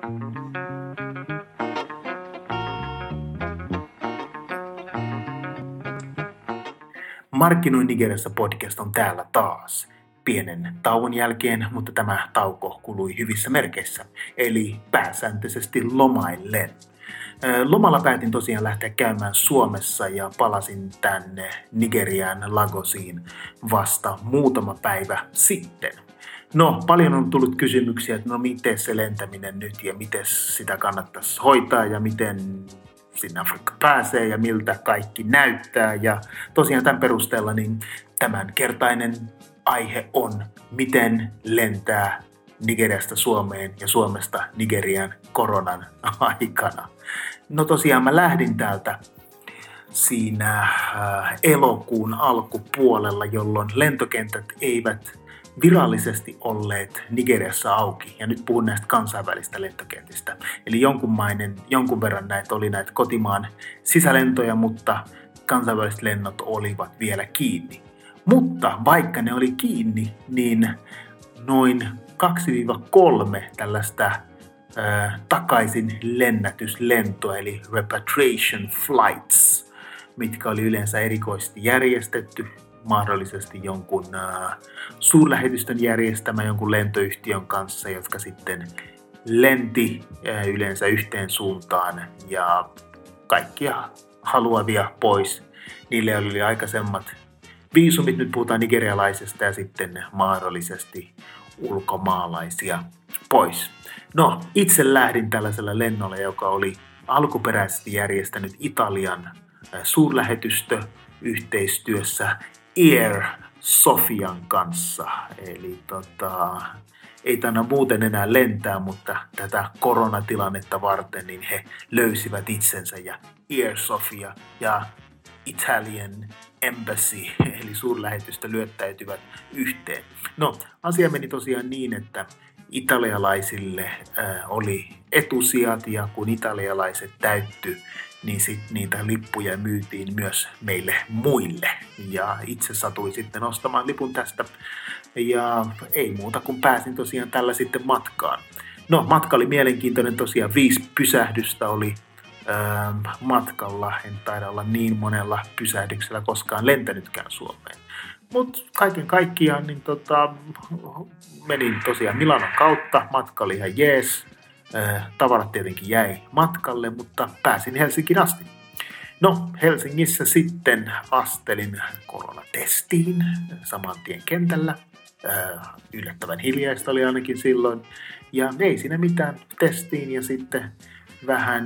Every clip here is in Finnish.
Markkinoin Nigeriassa podcast on täällä taas. Pienen tauon jälkeen, mutta tämä tauko kului hyvissä merkeissä, eli pääsääntöisesti lomaillen. Lomalla päätin tosiaan lähteä käymään Suomessa ja palasin tänne Nigeriaan Lagosiin vasta muutama päivä sitten. No, paljon on tullut kysymyksiä, että miten se lentäminen nyt ja miten sitä kannattaisi hoitaa ja miten sinne Afrikka pääsee ja miltä kaikki näyttää. Ja tosiaan tämän perusteella niin tämänkertainen aihe on, miten lentää Nigeriasta Suomeen ja Suomesta Nigeriaan koronan aikana. No tosiaan mä lähdin täältä siinä elokuun alkupuolella, jolloin lentokentät eivät virallisesti olleet Nigeriassa auki, ja nyt puhun näistä kansainvälistä lentokentistä. Eli jonkun verran oli näitä kotimaan sisälentoja, mutta kansainväliset lennot olivat vielä kiinni. Mutta vaikka ne oli kiinni, niin noin 2-3 tällaista takaisin lennätyslentoa, eli repatriation flights, mitkä oli yleensä erikoisesti järjestetty, mahdollisesti jonkun suurlähetystön järjestämä jonkun lentoyhtiön kanssa, jotka sitten lenti yleensä yhteen suuntaan ja kaikkia haluavia pois. Niille oli aikaisemmat viisumit, nyt puhutaan nigerialaisesta ja sitten mahdollisesti ulkomaalaisia pois. No, itse lähdin tällaisella lennolla, joka oli alkuperäisesti järjestänyt Italian suurlähetystö yhteistyössä Air Sofian kanssa. Eli ei taida muuten enää lentää, mutta tätä koronatilannetta varten niin he löysivät itsensä ja Air Sofia ja Italian Embassy, eli suurlähetystö, lyöttäytyvät yhteen. No, asia meni tosiaan niin, että italialaisille oli etusijat, ja kun italialaiset täyttyi, niin sitten niitä lippuja myytiin myös meille muille. Ja itse satuin sitten ostamaan lipun tästä, ja ei muuta kuin pääsin tosiaan tällä sitten matkaan. No, matka oli mielenkiintoinen tosiaan, 5 pysähdystä oli matkalla, en taida olla niin monella pysähdyksellä koskaan lentänytkään Suomeen. Mutta kaiken kaikkiaan niin menin tosiaan Milanon kautta, matka oli ihan jees, tavarat tietenkin jäi matkalle, mutta pääsin Helsinkiin asti. No, Helsingissä sitten astelin koronatestiin saman tien kentällä, yllättävän hiljaista oli ainakin silloin, ja ei siinä mitään, testiin ja sitten vähän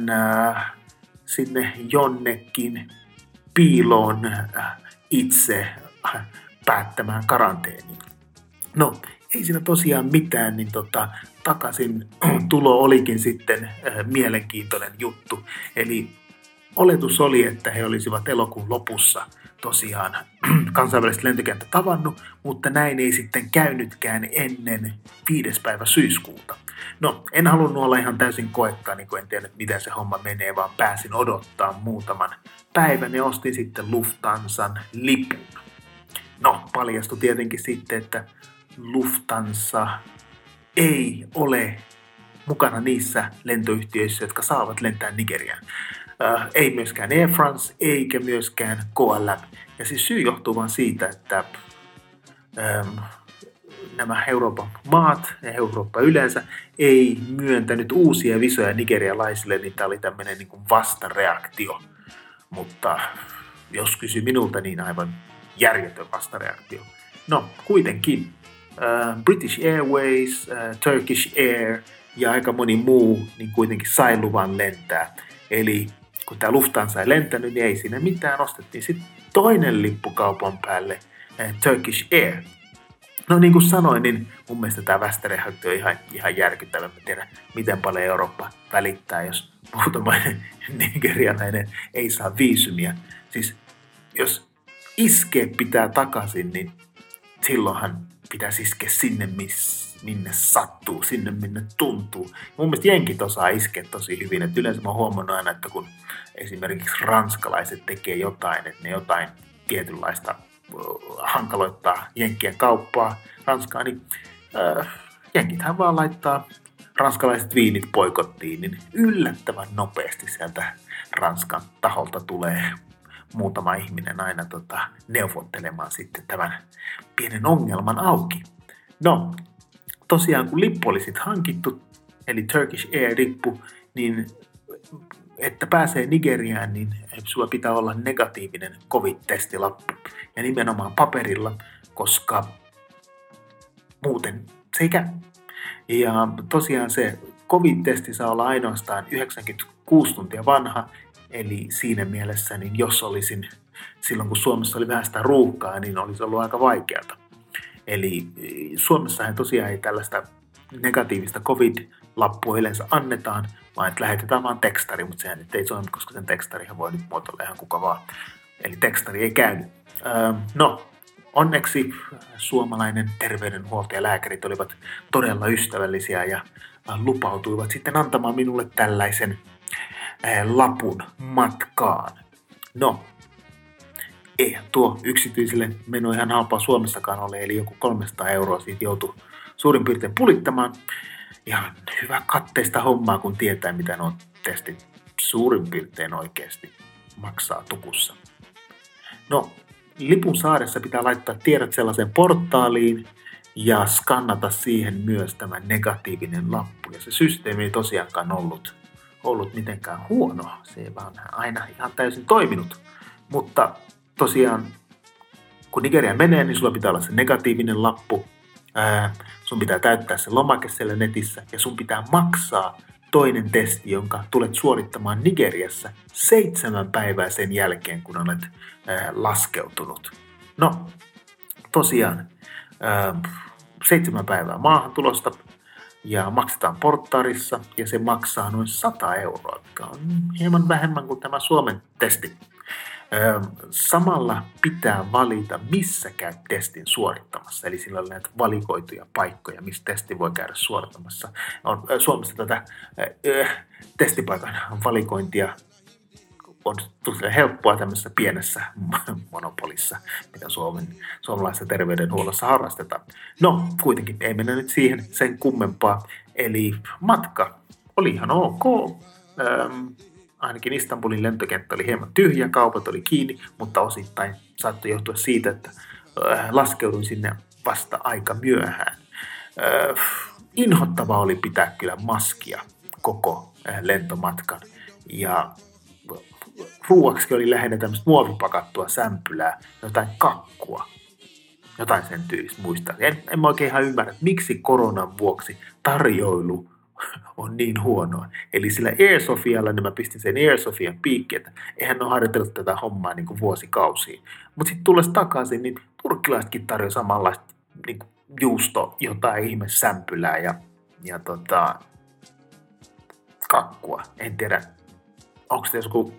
sinne jonnekin piiloon itse päättämään karanteeniin. No, ei siinä tosiaan mitään, niin takaisin tulo olikin sitten mielenkiintoinen juttu. Eli oletus oli, että he olisivat elokuun lopussa tosiaan kansainvälistä lentokenttää tavannut, mutta näin ei sitten käynytkään ennen 5. päivä syyskuuta. No, en halunnut olla ihan täysin koekkaani, kun en tiedä, miten se homma menee, vaan pääsin odottaa muutaman päivän ja ostin sitten Lufthansan lipun. No, paljastui tietenkin sitten, että Lufthansa ei ole mukana niissä lentoyhtiöissä, jotka saavat lentää Nigeriaan. Ei myöskään Air France, eikä myöskään KLM. Ja siis syy johtuu vaan siitä, että nämä Euroopan maat ja Eurooppa yleensä ei myöntänyt uusia visoja nigerialaisille, niin tämä oli tämmöinen niin kuin vastareaktio. Mutta jos kysyy minulta, niin aivan järjetön vastareaktio. No, kuitenkin British Airways, Turkish Air ja aika moni muu niin kuitenkin sai luvan lentää. Eli kun tämä Lufthansa ei lentänyt, niin ei siinä mitään. Ostettiin sitten toinen lippu kaupan päälle, Turkish Air. No niin kuin sanoin, niin mun mielestä tämä vastareaktio on ihan järkyttävä. Mä tiedän, miten paljon Eurooppa välittää, jos muutamainen nigerialainen ei saa viisumia. Siis jos iskee pitää takaisin, niin silloinhan pitäisi iskeä sinne, minne sattuu, sinne minne tuntuu. Mun mielestä jenkit osaa iskeä tosi hyvin. Et yleensä mä oon huomannut aina, että kun esimerkiksi ranskalaiset tekee jotain, että ne jotain tietynlaista hankaloittaa jenkkien kauppaa Ranskaa, niin jenkithän vaan laittaa ranskalaiset viinit poikottiin, niin yllättävän nopeasti sieltä Ranskan taholta tulee muutama ihminen aina neuvottelemaan sitten tämän pienen ongelman auki. No, tosiaan kun lippu oli sitten hankittu, eli Turkish Air-lippu, niin että pääsee Nigeriaan, niin sulla pitää olla negatiivinen COVID-testilappu. Ja nimenomaan paperilla, koska muuten se ei käy. Ja tosiaan se COVID-testi saa olla ainoastaan 96 tuntia vanha, eli siinä mielessä, niin jos olisin silloin kun Suomessa oli vähän sitä ruuhkaa, niin olisi ollut aika vaikeata. Eli Suomessahan tosiaan ei tällaista negatiivista COVID-lappua yleensä annetaan, vaan että lähetetään vaan tekstari, mutta sehän nyt ei toimi, koska sen tekstarihan voi nyt muotoilla ihan kuka vaan. Eli tekstari ei käynyt. Onneksi suomalainen terveydenhuolto ja lääkärit olivat todella ystävällisiä ja lupautuivat sitten antamaan minulle tällaisen lapun matkaan. No, eihän tuo yksityiselle meno ihan halpaa Suomessakaan ole, eli joku 300 € siitä joutui suurin piirtein pulittamaan. Ihan hyvä katteista hommaa, kun tietää, mitä nuo testit suurin piirtein oikeasti maksaa tukussa. No, lipun saadessa pitää laittaa tiedot sellaiseen portaaliin ja skannata siihen myös tämä negatiivinen lappu. Ja se systeemi ei tosiaankaan ollut mitenkään huono. Se ei vaan aina ihan täysin toiminut. Mutta tosiaan, kun Nigeria menee, niin sulla pitää olla se negatiivinen lappu. Sun pitää täyttää se lomake siellä netissä ja sun pitää maksaa toinen testi, jonka tulet suorittamaan Nigeriassa 7 päivää sen jälkeen, kun olet laskeutunut. No, tosiaan 7 päivää maahantulosta ja maksetaan portaarissa ja se maksaa noin 100 €, mikä on hieman vähemmän kuin tämä Suomen testi. Samalla pitää valita, missä käy testin suorittamassa. Eli sillä on näitä valikoituja paikkoja, missä testi voi käydä suorittamassa. Suomessa tätä testipaikan valikointia on tosiaan helppoa tämmöisessä pienessä monopolissa, mitä suomalaisessa terveydenhuollossa harrastetaan. No, kuitenkin ei mennä nyt siihen sen kummempaa. Eli matka oli ihan ok. Ainakin Istanbulin lentokenttä oli hieman tyhjä, kaupat oli kiinni, mutta osittain saattoi johtua siitä, että laskeuduin sinne vasta aika myöhään. Inhottavaa oli pitää kyllä maskia koko lentomatkan ja ruuaksi oli lähinnä tämmöistä muovipakattua sämpylää, jotain kakkua, jotain sen tyylistä muista. En mä oikein ihan ymmärrä, miksi koronan vuoksi tarjoilu on niin huonoa. Eli sillä Airsofialla, niin mä pistin sen Airsofian piikkiin, että eihän ole harjoitellut tätä hommaa niin kuin vuosikausiin. Mutta sitten tullessa takaisin, niin turkkilaisetkin tarjoaa samanlaista niin kuin juusto, jotain ihme sämpylää ja kakkua. En tiedä, onko se joku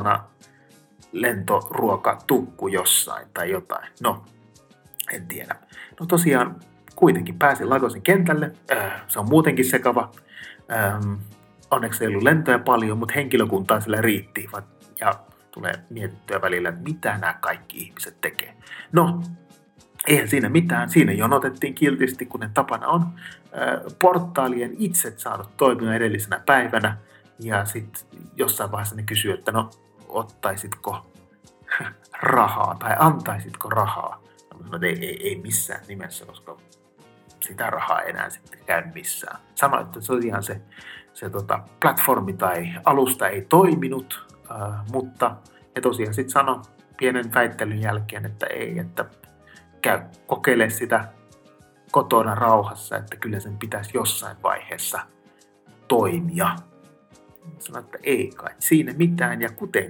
lentoruokatukku jossain tai jotain. No, en tiedä. No tosiaan, kuitenkin pääsin Lagosin kentälle. Se on muutenkin sekava. Onneksi ei ollut lentoja paljon, mutta henkilökuntaa sillä riitti. Ja tulee mietittyä välillä, että mitä nämä kaikki ihmiset tekee. No, eihän siinä mitään. Siinä jonotettiin kiltisti, kun ne tapana on. Portaalien itse saanut toimia edellisenä päivänä. Ja sitten jossain vaiheessa ne kysyy, että no, ottaisitko rahaa tai antaisitko rahaa. No, ei missään nimessä, koska sitä rahaa ei enää sitten käy missään. Sanoin, että tosiaan se platformi tai alusta ei toiminut, mutta he tosiaan sitten sanoi pienen väittelyn jälkeen, että ei, että käy kokeile sitä kotona rauhassa, että kyllä sen pitäisi jossain vaiheessa toimia. Sanoin, että ei kai siinä mitään ja kuten,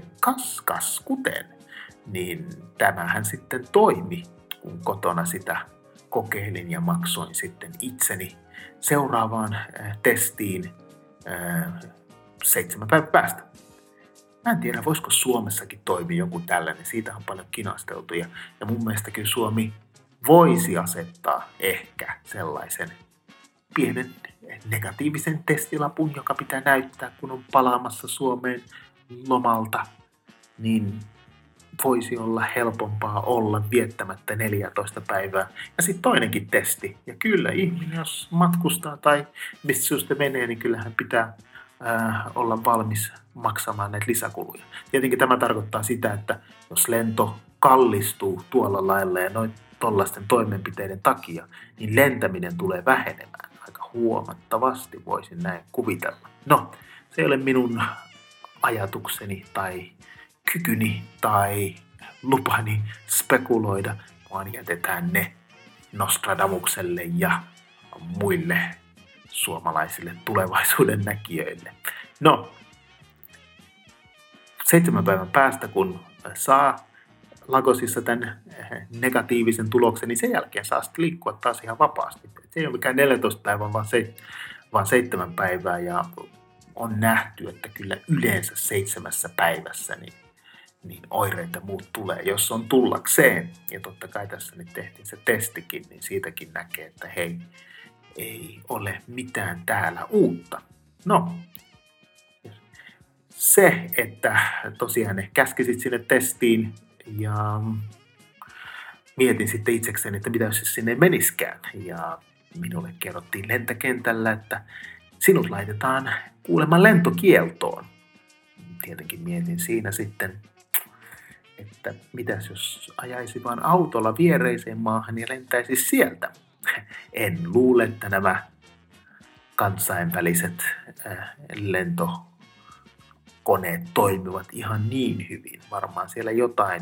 niin tämähän sitten toimi, kun kotona sitä kokeilin ja maksoin sitten itseni seuraavaan testiin 7 päivän päästä. Mä en tiedä, voisiko Suomessakin toimia joku tällainen, siitä on paljon kinasteltu ja mun mielestä kyllä Suomi voisi asettaa ehkä sellaisen pienen negatiivisen testilapun, joka pitää näyttää, kun on palaamassa Suomeen lomalta, niin voisi olla helpompaa olla viettämättä 14 päivää. Ja sitten toinenkin testi. Ja kyllä ihminen, jos matkustaa tai mistä syystä menee, niin kyllähän pitää olla valmis maksamaan näitä lisäkuluja. Tietenkin tämä tarkoittaa sitä, että jos lento kallistuu tuolla lailla ja noin tollaisten toimenpiteiden takia, niin lentäminen tulee vähenemään aika huomattavasti, voisin näin kuvitella. No, se ei ole minun ajatukseni tai kykyni tai lupani spekuloida, vaan jätetään ne Nostradamukselle ja muille suomalaisille tulevaisuuden näkijöille. No, 7 päivän päästä, kun saa Lagosissa tämän negatiivisen tuloksen, niin sen jälkeen saa sitten liikkua taas ihan vapaasti. Se ei ole mikään 14 päivää, vaan 7 päivää, ja on nähty, että kyllä yleensä 7 päivässä niin oireet ja muut tulee, jos on tullakseen. Ja totta kai tässä nyt tehtiin se testikin, niin siitäkin näkee, että hei, ei ole mitään täällä uutta. No, se, että tosiaan ne käskisit sinne testiin ja mietin sitten itsekseni, että mitä jos sinne meniskään. Ja minulle kerrottiin lentokentällä, että sinut laitetaan kuulemma lentokieltoon. Tietenkin mietin siinä sitten, että mitäs jos ajaisi vaan autolla viereiseen maahan ja lentäisi sieltä. En luule, että nämä kansainväliset lentokoneet toimivat ihan niin hyvin. Varmaan siellä jotain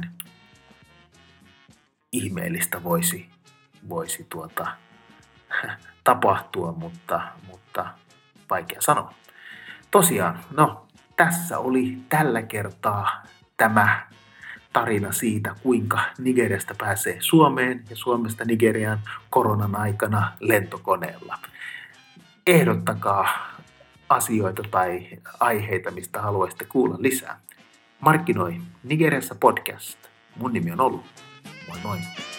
ihmeellistä voisi tapahtua, mutta vaikea sanoa. Tosiaan, no tässä oli tällä kertaa tämä tarina siitä, kuinka Nigeriasta pääsee Suomeen ja Suomesta Nigeriaan koronan aikana lentokoneella. Ehdottakaa asioita tai aiheita, mistä haluaisitte kuulla lisää. Markkinoi Nigeriassa podcast. Mun nimi on Ollu. Moi moi.